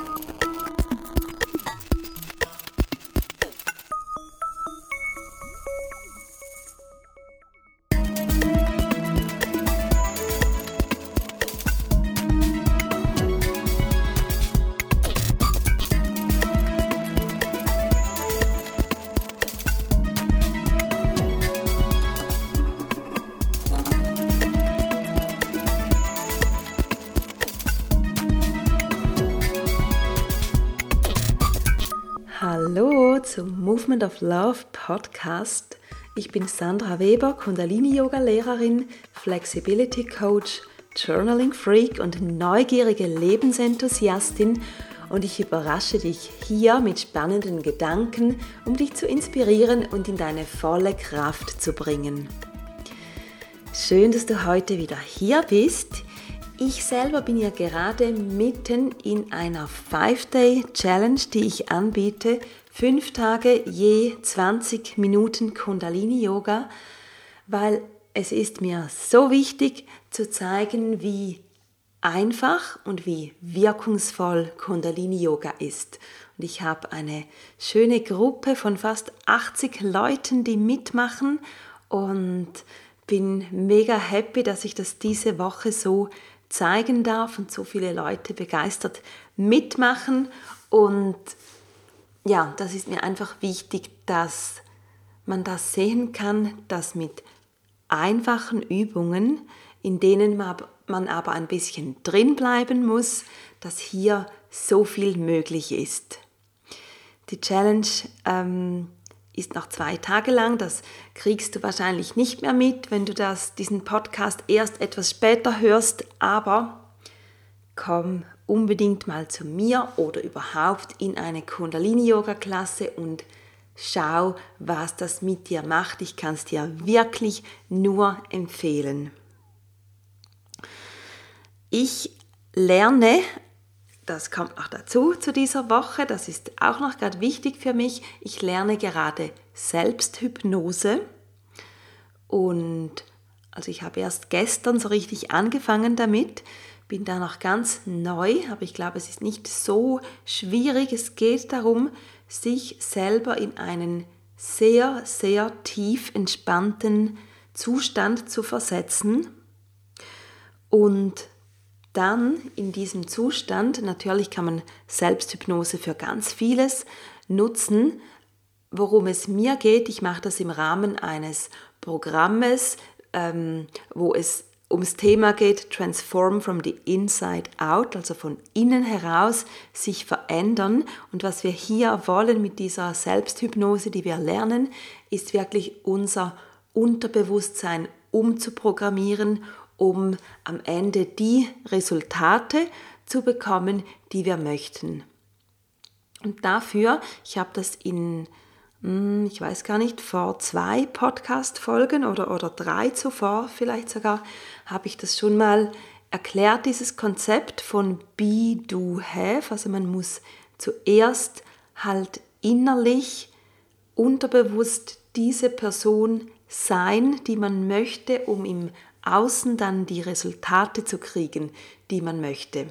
Hallo zum Movement of Love Podcast. Ich bin Sandra Weber, Kundalini-Yoga-Lehrerin, Flexibility Coach, Journaling Freak und neugierige Lebensenthusiastin und ich überrasche dich hier mit spannenden Gedanken, um dich zu inspirieren und in deine volle Kraft zu bringen. Schön, dass du heute wieder hier bist. Ich selber bin ja gerade mitten in einer 5-Day-Challenge, die ich anbiete. 5 Tage je 20 Minuten Kundalini-Yoga, weil es ist mir so wichtig zu zeigen, wie einfach und wie wirkungsvoll Kundalini-Yoga ist. Und ich habe eine schöne Gruppe von fast 80 Leuten, die mitmachen und bin mega happy, dass ich das diese Woche so zeigen darf und so viele Leute begeistert mitmachen. Und ja, das ist mir einfach wichtig, dass man das sehen kann, dass mit einfachen Übungen, in denen man aber ein bisschen drin bleiben muss, dass hier so viel möglich ist. Die Challenge ist noch 2 Tage lang, das kriegst du wahrscheinlich nicht mehr mit, wenn du diesen Podcast erst etwas später hörst, aber komm unbedingt mal zu mir oder überhaupt in eine Kundalini-Yoga-Klasse und schau, was das mit dir macht. Ich kann es dir wirklich nur empfehlen. Ich lerne, das kommt noch dazu zu dieser Woche, das ist auch noch gerade wichtig für mich. Ich lerne gerade Selbsthypnose und also ich habe erst gestern so richtig angefangen damit, bin da noch ganz neu, aber ich glaube, es ist nicht so schwierig. Es geht darum, sich selber in einen sehr, sehr tief entspannten Zustand zu versetzen und dann in diesem Zustand, natürlich kann man Selbsthypnose für ganz vieles nutzen. Worum es mir geht, ich mache das im Rahmen eines Programmes, wo es ums Thema geht, Transform from the Inside Out, also von innen heraus sich verändern. Und was wir hier wollen mit dieser Selbsthypnose, die wir lernen, ist wirklich unser Unterbewusstsein umzuprogrammieren, um am Ende die Resultate zu bekommen, die wir möchten. Und dafür, ich habe das ich weiß gar nicht, vor 2 Podcast-Folgen oder 3 zuvor vielleicht sogar, habe ich das schon mal erklärt, dieses Konzept von Be, Do, Have. Also man muss zuerst halt innerlich, unterbewusst diese Person sein, die man möchte, um im Außen dann die Resultate zu kriegen, die man möchte.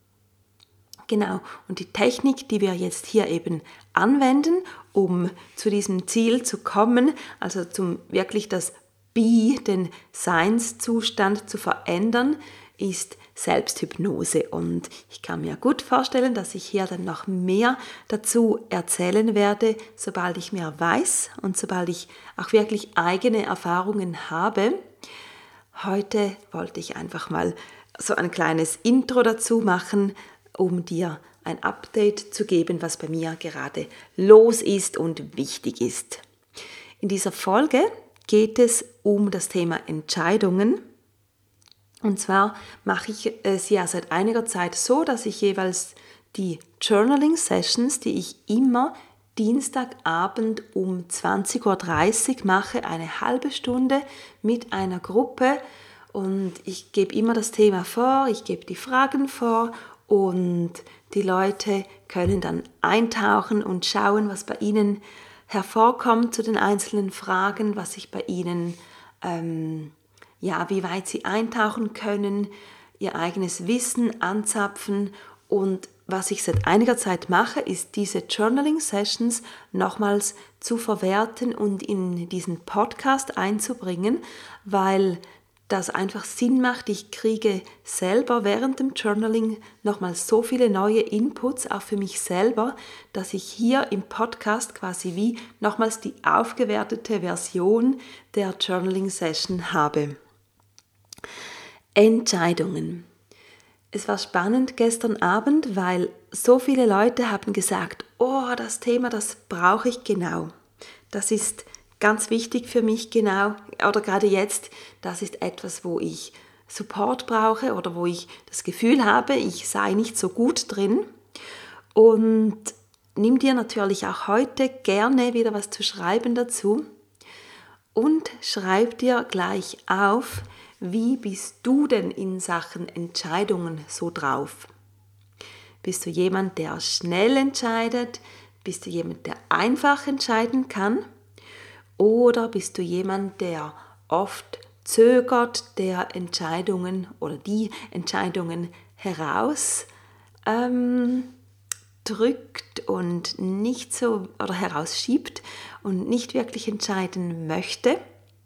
Genau, und die Technik, die wir jetzt hier eben anwenden, um zu diesem Ziel zu kommen, also zum wirklich das Be, den Seinszustand zu verändern, ist Selbsthypnose. Und ich kann mir gut vorstellen, dass ich hier dann noch mehr dazu erzählen werde, sobald ich mehr weiß und sobald ich auch wirklich eigene Erfahrungen habe. Heute wollte ich einfach mal so ein kleines Intro dazu machen, um dir ein Update zu geben, was bei mir gerade los ist und wichtig ist. In dieser Folge geht es um das Thema Entscheidungen. Und zwar mache ich es ja seit einiger Zeit so, dass ich jeweils die Journaling-Sessions, die ich immer Dienstagabend um 20.30 Uhr mache, eine halbe Stunde mit einer Gruppe. Und ich gebe immer das Thema vor, ich gebe die Fragen vor und die Leute können dann eintauchen und schauen, was bei ihnen hervorkommt zu den einzelnen Fragen, was sich bei ihnen, wie weit sie eintauchen können, ihr eigenes Wissen anzapfen und was ich seit einiger Zeit mache, ist diese Journaling-Sessions nochmals zu verwerten und in diesen Podcast einzubringen, weil das einfach Sinn macht. Ich kriege selber während dem Journaling nochmals so viele neue Inputs, auch für mich selber, dass ich hier im Podcast quasi wie nochmals die aufgewertete Version der Journaling-Session habe. Entscheidungen. Es war spannend gestern Abend, weil so viele Leute haben gesagt, oh, das Thema, das brauche ich genau. Das ist ganz wichtig für mich genau, oder gerade jetzt, das ist etwas, wo ich Support brauche oder wo ich das Gefühl habe, ich sei nicht so gut drin. Und nimm dir natürlich auch heute gerne wieder was zu schreiben dazu und schreib dir gleich auf, wie bist du denn in Sachen Entscheidungen so drauf? Bist du jemand, der schnell entscheidet? Bist du jemand, der einfach entscheiden kann? Oder bist du jemand, der oft zögert, der Entscheidungen oder die Entscheidungen herausdrückt und nicht so oder herausschiebt und nicht wirklich entscheiden möchte?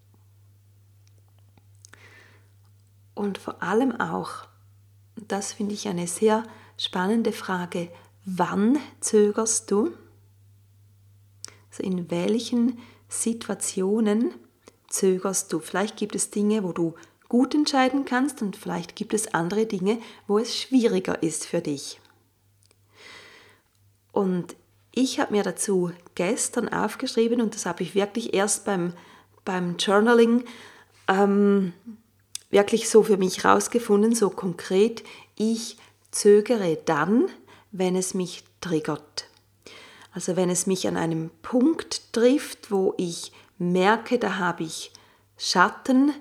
Und vor allem auch, das finde ich eine sehr spannende Frage, wann zögerst du? Also in welchen Situationen zögerst du? Vielleicht gibt es Dinge, wo du gut entscheiden kannst und vielleicht gibt es andere Dinge, wo es schwieriger ist für dich. Und ich habe mir dazu gestern aufgeschrieben und das habe ich wirklich erst beim Journaling wirklich so für mich rausgefunden, so konkret, ich zögere dann, wenn es mich triggert. Also wenn es mich an einem Punkt trifft, wo ich merke, da habe ich Schattenseiten,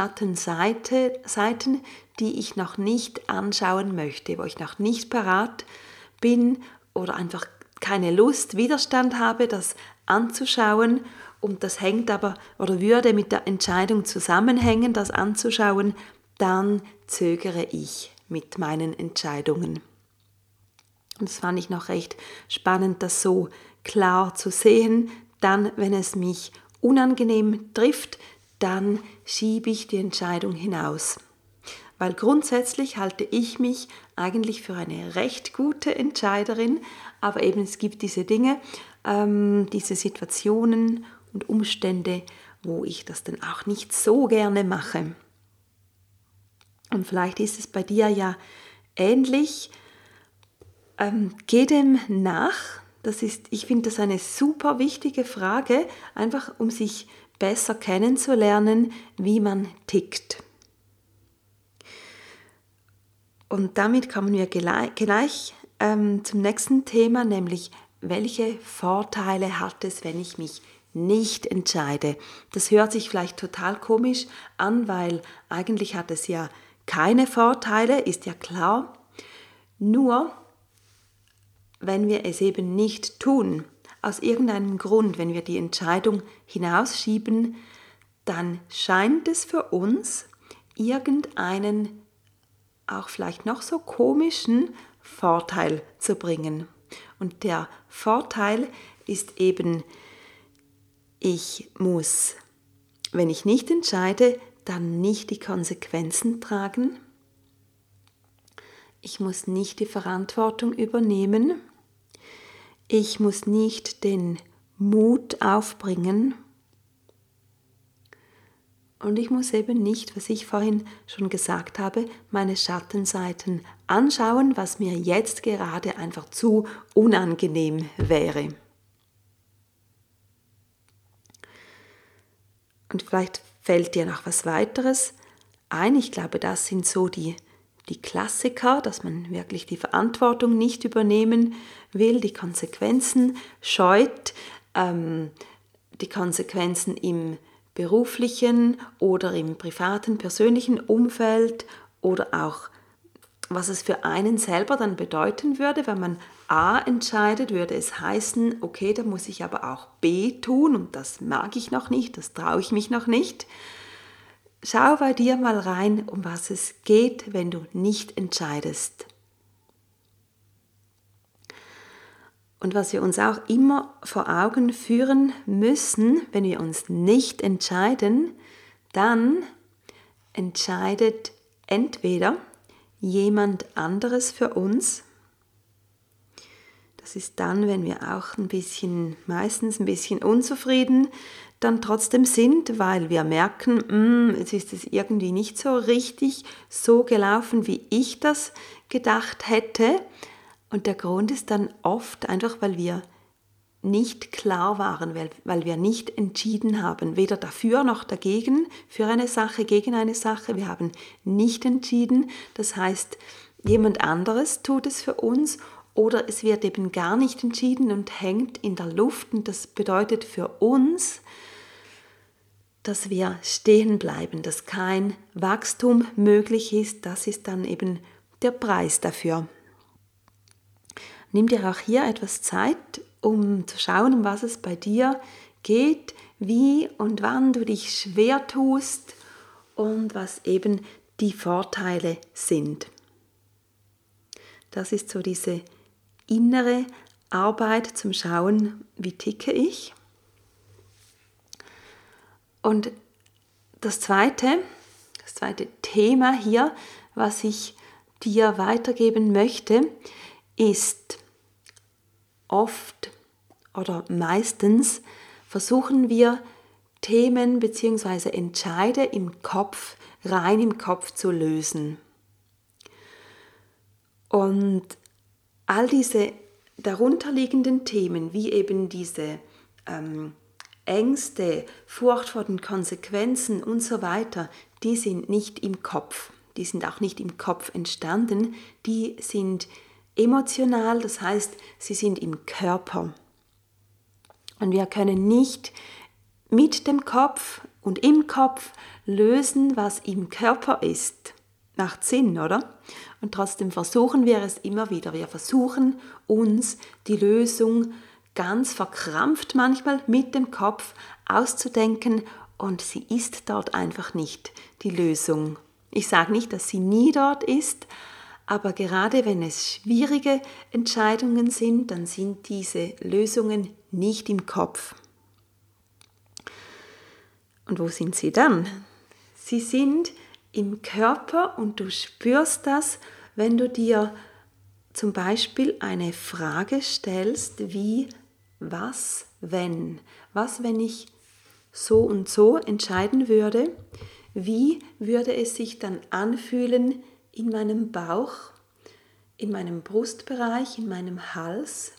die ich noch nicht anschauen möchte, wo ich noch nicht parat bin oder einfach keine Lust, Widerstand habe, das anzuschauen. Und das hängt aber oder würde mit der Entscheidung zusammenhängen, das anzuschauen, dann zögere ich mit meinen Entscheidungen. Und das fand ich noch recht spannend, das so klar zu sehen. Dann, wenn es mich unangenehm trifft, dann schiebe ich die Entscheidung hinaus. Weil grundsätzlich halte ich mich eigentlich für eine recht gute Entscheiderin, aber eben es gibt diese Dinge, diese Situationen und Umstände, wo ich das dann auch nicht so gerne mache. Und vielleicht ist es bei dir ja ähnlich. Geh dem nach. Ich finde das eine super wichtige Frage, einfach um sich besser kennenzulernen, wie man tickt. Und damit kommen wir gleich zum nächsten Thema, nämlich welche Vorteile hat es, wenn ich mich nicht entscheide. Das hört sich vielleicht total komisch an, weil eigentlich hat es ja keine Vorteile, ist ja klar. Nur, wenn wir es eben nicht tun, aus irgendeinem Grund, wenn wir die Entscheidung hinausschieben, dann scheint es für uns irgendeinen, auch vielleicht noch so komischen Vorteil zu bringen. Und der Vorteil ist eben, ich muss, wenn ich nicht entscheide, dann nicht die Konsequenzen tragen. Ich muss nicht die Verantwortung übernehmen. Ich muss nicht den Mut aufbringen. Und ich muss eben nicht, was ich vorhin schon gesagt habe, meine Schattenseiten anschauen, was mir jetzt gerade einfach zu unangenehm wäre. Und vielleicht fällt dir noch was weiteres ein. Ich glaube, das sind so die Klassiker, dass man wirklich die Verantwortung nicht übernehmen will, die Konsequenzen scheut, die Konsequenzen im beruflichen oder im privaten, persönlichen Umfeld oder auch, was es für einen selber dann bedeuten würde, wenn man A entscheidet, würde es heißen, okay, da muss ich aber auch B tun und das mag ich noch nicht, das traue ich mich noch nicht. Schau bei dir mal rein, um was es geht, wenn du nicht entscheidest. Und was wir uns auch immer vor Augen führen müssen, wenn wir uns nicht entscheiden, dann entscheidet entweder jemand anderes für uns. Das ist dann, wenn wir auch meistens ein bisschen unzufrieden dann trotzdem sind, weil wir merken, jetzt ist es irgendwie nicht so richtig so gelaufen, wie ich das gedacht hätte. Und der Grund ist dann oft einfach, weil wir nicht klar waren, weil wir nicht entschieden haben, weder dafür noch dagegen, für eine Sache, gegen eine Sache. Wir haben nicht entschieden. Das heißt, jemand anderes tut es für uns oder es wird eben gar nicht entschieden und hängt in der Luft. Und das bedeutet für uns, dass wir stehen bleiben, dass kein Wachstum möglich ist. Das ist dann eben der Preis dafür. Nimm dir auch hier etwas Zeit, um zu schauen, um was es bei dir geht, wie und wann du dich schwer tust und was eben die Vorteile sind. Das ist so diese innere Arbeit zum Schauen, wie ticke ich. Und das zweite Thema hier, was ich dir weitergeben möchte, ist oft oder meistens versuchen wir Themen bzw. Entscheide rein im Kopf zu lösen. Und all diese darunterliegenden Themen, wie eben diese Ängste, Furcht vor den Konsequenzen und so weiter, die sind nicht im Kopf. Die sind auch nicht im Kopf entstanden. Die sind emotional, das heißt, sie sind im Körper. Und wir können nicht mit dem Kopf und im Kopf lösen, was im Körper ist. Macht Sinn, oder? Und trotzdem versuchen wir es immer wieder. Wir versuchen uns die Lösung ganz verkrampft manchmal mit dem Kopf auszudenken und sie ist dort einfach nicht, die Lösung. Ich sage nicht, dass sie nie dort ist, aber gerade wenn es schwierige Entscheidungen sind, dann sind diese Lösungen nicht im Kopf. Und wo sind sie dann? Sie sind im Körper und du spürst das, wenn du dir zum Beispiel eine Frage stellst, wie was wenn? Was, wenn ich so und so entscheiden würde? Wie würde es sich dann anfühlen in meinem Bauch, in meinem Brustbereich, in meinem Hals?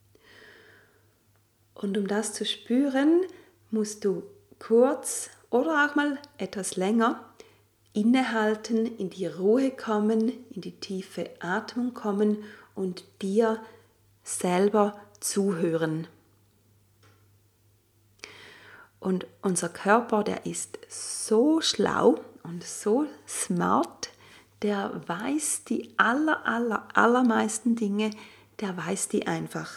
Und um das zu spüren, musst du kurz oder auch mal etwas länger innehalten, in die Ruhe kommen, in die tiefe Atmung kommen und dir selber zuhören. Und unser Körper, der ist so schlau und so smart, der weiß die allermeisten Dinge, der weiß die einfach.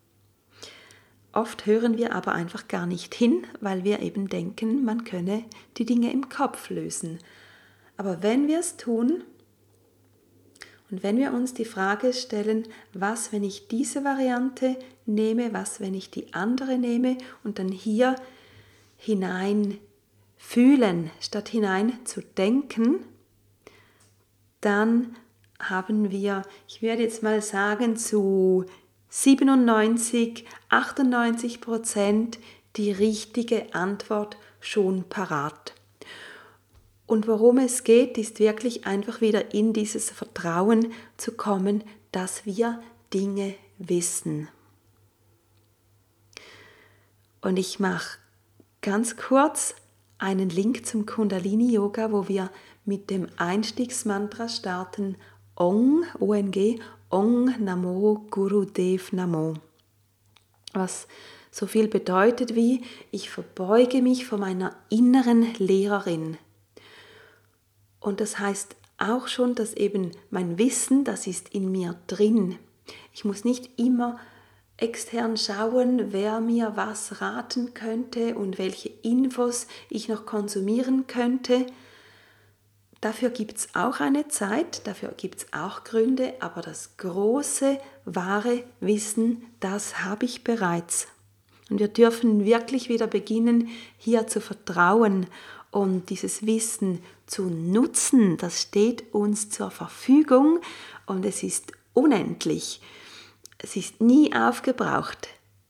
Oft hören wir aber einfach gar nicht hin, weil wir eben denken, man könne die Dinge im Kopf lösen. Aber wenn wir es tun und wenn wir uns die Frage stellen, was, wenn ich diese Variante nehme, was, wenn ich die andere nehme und dann hier hinein fühlen, statt hinein zu denken, dann haben wir, ich werde jetzt mal sagen, zu 97-98% die richtige Antwort schon parat. Und worum es geht, ist wirklich einfach wieder in dieses Vertrauen zu kommen, dass wir Dinge wissen. Und ich mache ganz kurz einen Link zum Kundalini-Yoga, wo wir mit dem Einstiegsmantra starten, Ong, O-N-G, Ong Namo Gurudev Namo. Was so viel bedeutet wie, ich verbeuge mich vor meiner inneren Lehrerin. Und das heißt auch schon, dass eben mein Wissen, das ist in mir drin. Ich muss nicht immer extern schauen, wer mir was raten könnte und welche Infos ich noch konsumieren könnte. dafür gibt es auch eine Zeit, dafür gibt es auch Gründe, aber das große, wahre Wissen, das habe ich bereits. Und wir dürfen wirklich wieder beginnen, hier zu vertrauen und dieses Wissen zu nutzen. Das steht uns zur Verfügung und es ist unendlich. Es ist nie aufgebraucht.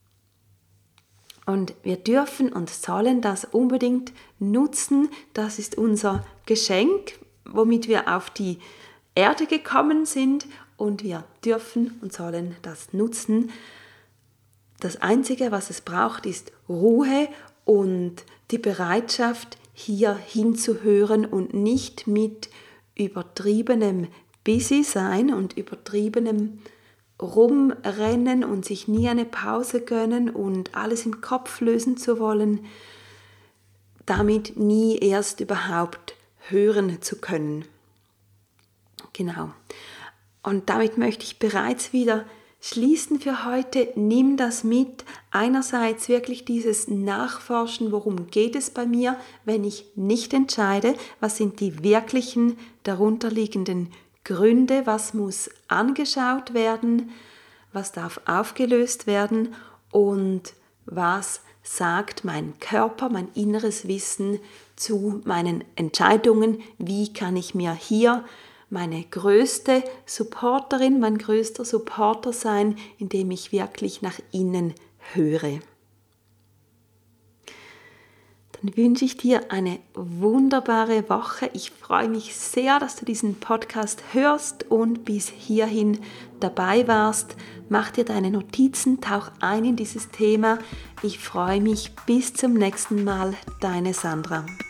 Und wir dürfen und sollen das unbedingt nutzen. Das ist unser Geschenk, womit wir auf die Erde gekommen sind. Und wir dürfen und sollen das nutzen. Das Einzige, was es braucht, ist Ruhe und die Bereitschaft, hier hinzuhören und nicht mit übertriebenem Busy-Sein und übertriebenem Rumrennen und sich nie eine Pause gönnen und alles im Kopf lösen zu wollen, damit nie erst überhaupt hören zu können. Genau. Und damit möchte ich bereits wieder schließen für heute. Nimm das mit. Einerseits wirklich dieses Nachforschen, worum geht es bei mir, wenn ich nicht entscheide, was sind die wirklichen darunterliegenden Gründe, was muss angeschaut werden, was darf aufgelöst werden und was sagt mein Körper, mein inneres Wissen zu meinen Entscheidungen, wie kann ich mir hier meine größte Supporterin, mein größter Supporter sein, indem ich wirklich nach innen höre. Dann wünsche ich dir eine wunderbare Woche. Ich freue mich sehr, dass du diesen Podcast hörst und bis hierhin dabei warst. Mach dir deine Notizen, tauch ein in dieses Thema. Ich freue mich. Bis zum nächsten Mal, deine Sandra.